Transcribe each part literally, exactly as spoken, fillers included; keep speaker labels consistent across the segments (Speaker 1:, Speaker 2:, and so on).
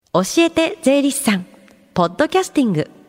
Speaker 1: 教えて税理士さんポッドキャスティング。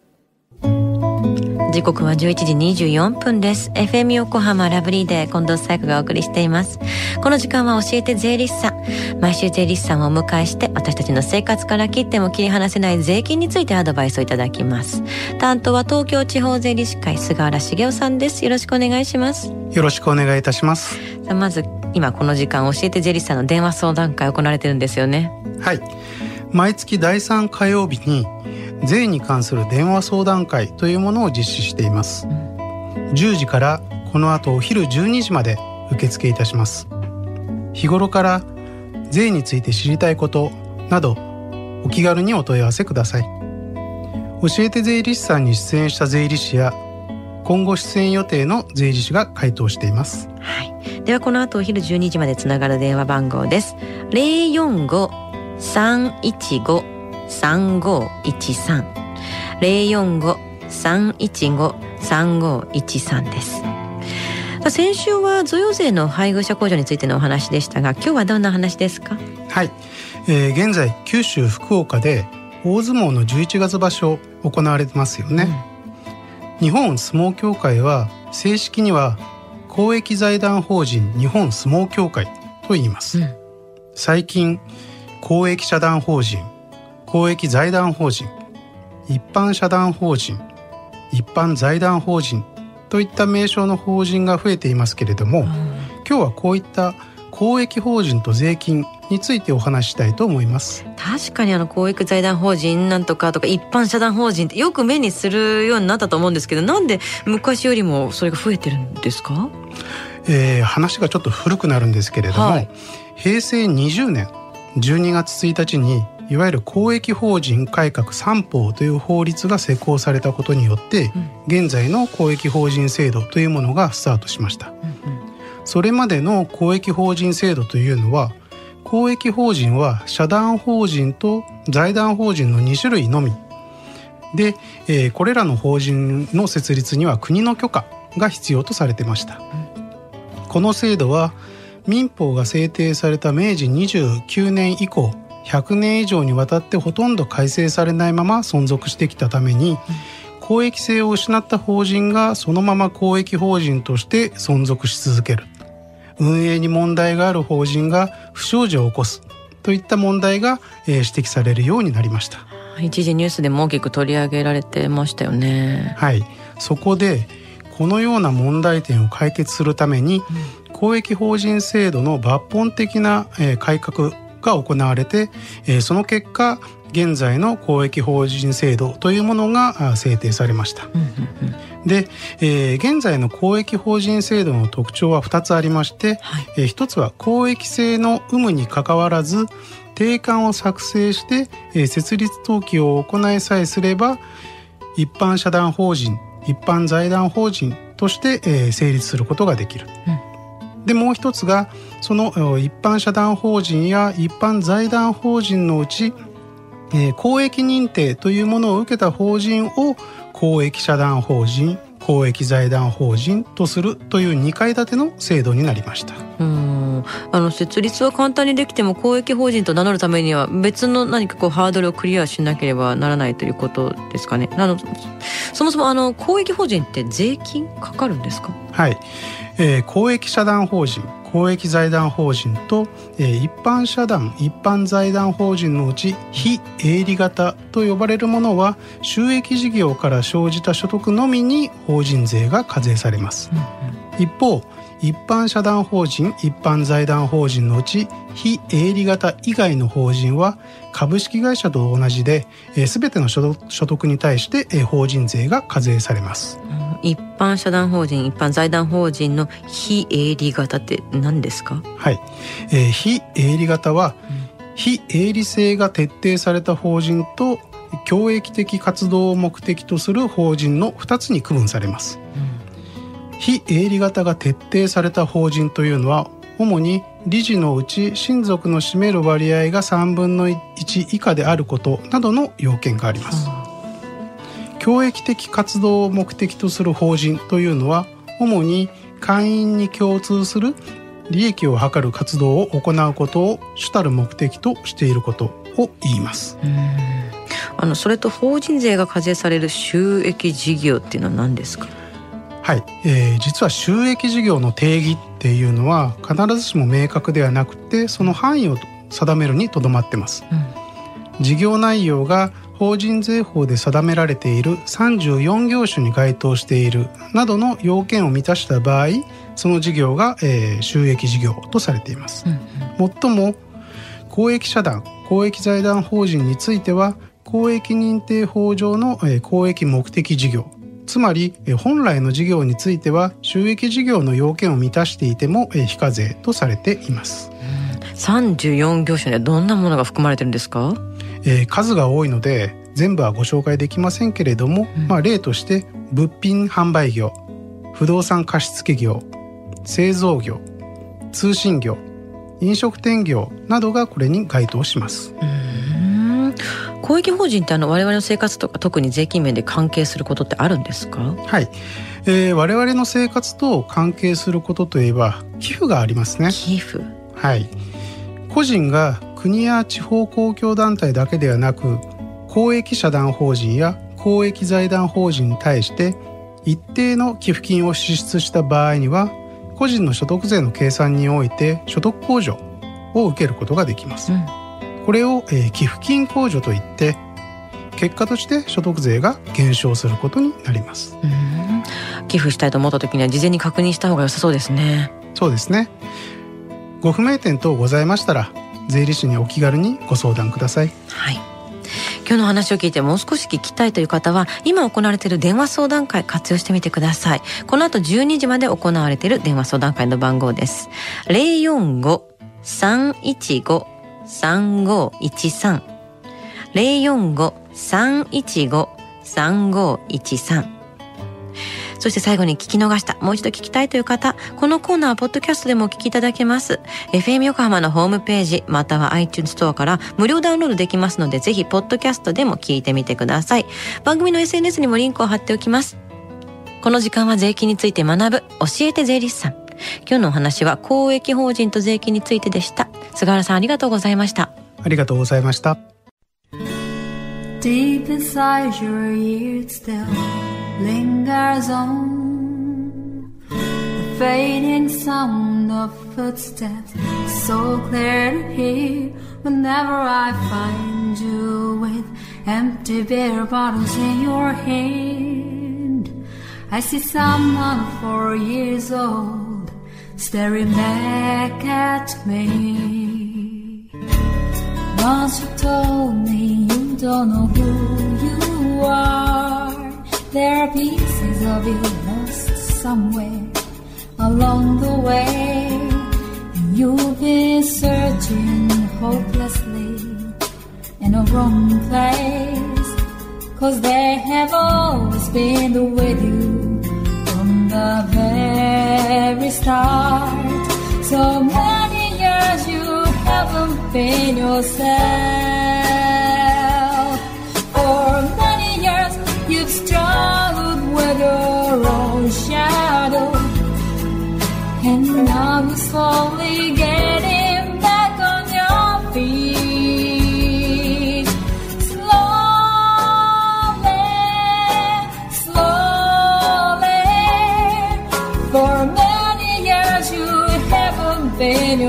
Speaker 1: 時刻はじゅういちじにじゅうよんぷんです。 エフエム 横浜ラブリーで近藤紗友子がお送りしています。この時間は教えて税理士さん、毎週税理士さんをお迎えして私たちの生活から切っても切り離せない税金についてアドバイスをいただきます。担当は東京地方税理士会菅原茂雄さんです。よろしくお願いします。
Speaker 2: よろしくお願いいたします。
Speaker 1: さあ、まず今この時間教えて税理士さんの電話相談会行われてるんですよね。
Speaker 2: はい、毎月だいさん火曜日に税に関する電話相談会というものを実施しています、うん、じゅうじからこの後お昼じゅうにじまで受付いたします。日頃から税について知りたいことなどお気軽にお問い合わせください。教えて税理士さんに出演した税理士や今後出演予定の税理士が回答しています、
Speaker 1: はい、ではこの後お昼じゅうにじまでつながる電話番号です。 ゼロよんご さんいちご さんごいちさん ゼロよんご さんいちご さんごいちさん です。先週は贈与税の配偶者控除についてのお話でしたが、今日はどんな話ですか？
Speaker 2: はい、えー、現在九州福岡で大相撲のじゅういちがつ場所行われてますよね、うん、日本相撲協会は正式には公益財団法人日本相撲協会と言います、うん、最近公益社団法人、公益財団法人、一般社団法人、一般財団法人といった名称の法人が増えていますけれども、うん、今日はこういった公益法人と税金についてお話ししたいと思います。
Speaker 1: 確かにあの公益財団法人なんとかとか一般社団法人ってよく目にするようになったと思うんですけど、なんで昔よりもそれが増えてるんですか？
Speaker 2: えー、話がちょっと古くなるんですけれども、はい、へいせいにじゅうねんじゅうにがつついたちにいわゆる公益法人改革三法という法律が施行されたことによって、うん、現在の公益法人制度というものがスタートしました、うんうん、それまでの公益法人制度というのは、公益法人は社団法人と財団法人のにしゅるいのみで、えー、これらの法人の設立には国の許可が必要とされていました、うん、この制度は民法が制定されためいじにじゅうきゅうねん以降ひゃくねん以上にわたってほとんど改正されないまま存続してきたために、うん、公益性を失った法人がそのまま公益法人として存続し続ける、運営に問題がある法人が不祥事を起こすといった問題が、えー、指摘されるようになりました。
Speaker 1: 一時ニュースでも大きく取り上げられてましたよね。
Speaker 2: はい、そこでこのような問題点を解決するために、うん、公益法人制度の抜本的な、えー、改革が行われて、えー、その結果現在の公益法人制度というものが制定されました、うんうんうん、で、えー、現在の公益法人制度の特徴はふたつありまして、はい、えー、ひとつは公益性の有無にかかわらず定款を作成して、えー、設立登記を行いさえすれば一般社団法人、一般財団法人として、えー、成立することができる、うん、でもう一つがその一般社団法人や一般財団法人のうち、えー、公益認定というものを受けた法人を公益社団法人、公益財団法人とするというにかい建ての制度になりました。
Speaker 1: うーん、あの設立は簡単にできても公益法人と名乗るためには別の何かこうハードルをクリアしなければならないということですかね。あのそもそもあの公益法人って税金かかるんですか？
Speaker 2: はい、えー、公益社団法人、公益財団法人と、えー、一般社団、一般財団法人のうち非営利型と呼ばれるものは収益事業から生じた所得のみに法人税が課税されます、うんうん、一方一般社団法人、一般財団法人のうち非営利型以外の法人は株式会社と同じで、えー、全ての所得、所得に対して、えー、法人税が課税されます、
Speaker 1: うん、一般社団法人、一般財団法人の非営利型って何ですか？
Speaker 2: はい、えー、非営利型は、うん、非営利性が徹底された法人と教益的活動を目的とする法人のふたつに区分されます、うん、非営利型が徹底された法人というのは主に理事のうち親族の占める割合がさんぶんのいち以下であることなどの要件があります、うん、教益的活動を目的とする法人というのは主に会員に共通する利益を図る活動を行うことを主たる目的としていることを言います。
Speaker 1: うん、あのそれと法人税が課税される収益事業っていうのは何ですか？
Speaker 2: はい、えー、実は収益事業の定義っていうのは必ずしも明確ではなくて、その範囲を定めるにとどまってます。うん、事業内容が法人税法で定められているさんじゅうよん業種に該当しているなどの要件を満たした場合、その事業が、えー、収益事業とされています。うんうん、最も公益社団、公益財団法人については公益認定法上の、えー、公益目的事業、つまり本来の事業については収益事業の要件を満たしていても非課税とされています。
Speaker 1: うん、さんじゅうよん業種にはどんなものが含まれてるんですか？
Speaker 2: えー、数が多いので全部はご紹介できませんけれども、うん、まあ、例として物品販売業、不動産貸付業、製造業、通信業、飲食店業などがこれに該当します。
Speaker 1: うーん、公益法人ってあの我々の生活とか特に税金面で関係することってあるんですか？
Speaker 2: はい、えー、我々の生活と関係することといえば寄付がありますね。
Speaker 1: 寄付、
Speaker 2: はい、個人が国や地方公共団体だけではなく公益社団法人や公益財団法人に対して一定の寄付金を支出した場合には個人の所得税の計算において所得控除を受けることができます。うん、これを、えー、寄付金控除といって結果として所得税が減少することになります。
Speaker 1: うん、寄付したいと思った時には事前に確認した方が良さそうですね。
Speaker 2: そうですね。ご不明点等ございましたら税理士にお気軽にご相談ください。
Speaker 1: はい、今日の話を聞いてもう少し聞きたいという方は今行われている電話相談会活用してみてください。この後じゅうにじまで行われている電話相談会の番号です。 ゼロよんご さんいちご さんごいちさん ゼロよんご さんいちご さんごいちさん。そして最後に聞き逃した、もう一度聞きたいという方、このコーナーはポッドキャストでもお聞きいただけます。 エフエム 横浜のホームページまたは iTunes ストアから無料ダウンロードできますので、ぜひポッドキャストでも聞いてみてください。番組の エスエヌエス にもリンクを貼っておきます。この時間は税金について学ぶ教えて税理士さん。今日のお話は公益法人と税金についてでした。菅原さん、ありがとうございました。
Speaker 2: ありがとうございました。
Speaker 3: Deep inside your ears still lingers on the fading sound of footsteps, so clear to hear whenever I find you with empty beer bottles in your hand. I see someone four years old staring back at me. Once you told me you don't know who you are, there are pieces of you lost somewhere along the way, and you've been searching hopelessly in a wrong place, 'cause they have always been with you from the very start. So many years you haven't been yourself. For many years you've struggled with your own shadow, and now you're slowly getting back on your feet. Slowly, slowly. For many years you haven't been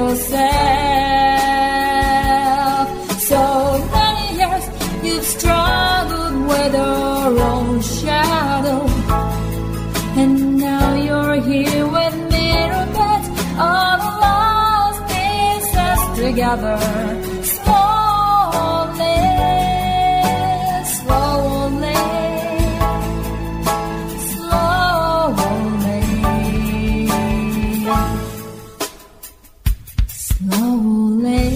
Speaker 3: yourself. So many years you've struggled with your own shadow, and now you're here with me to put all the lost pieces together. Slowly, slowly, slowly, slowly.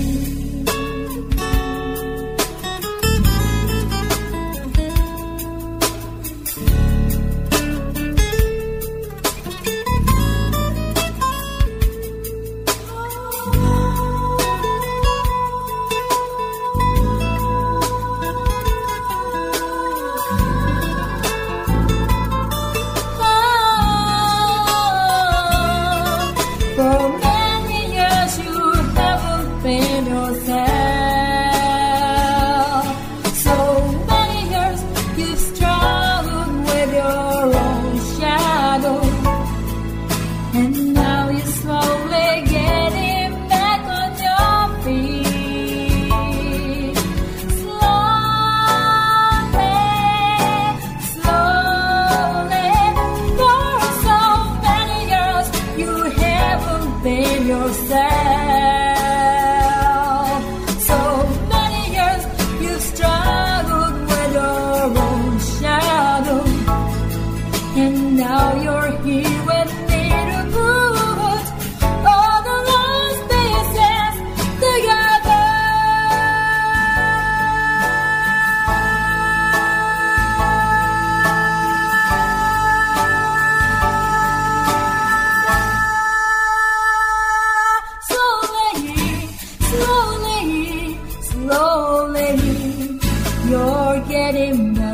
Speaker 3: getting better.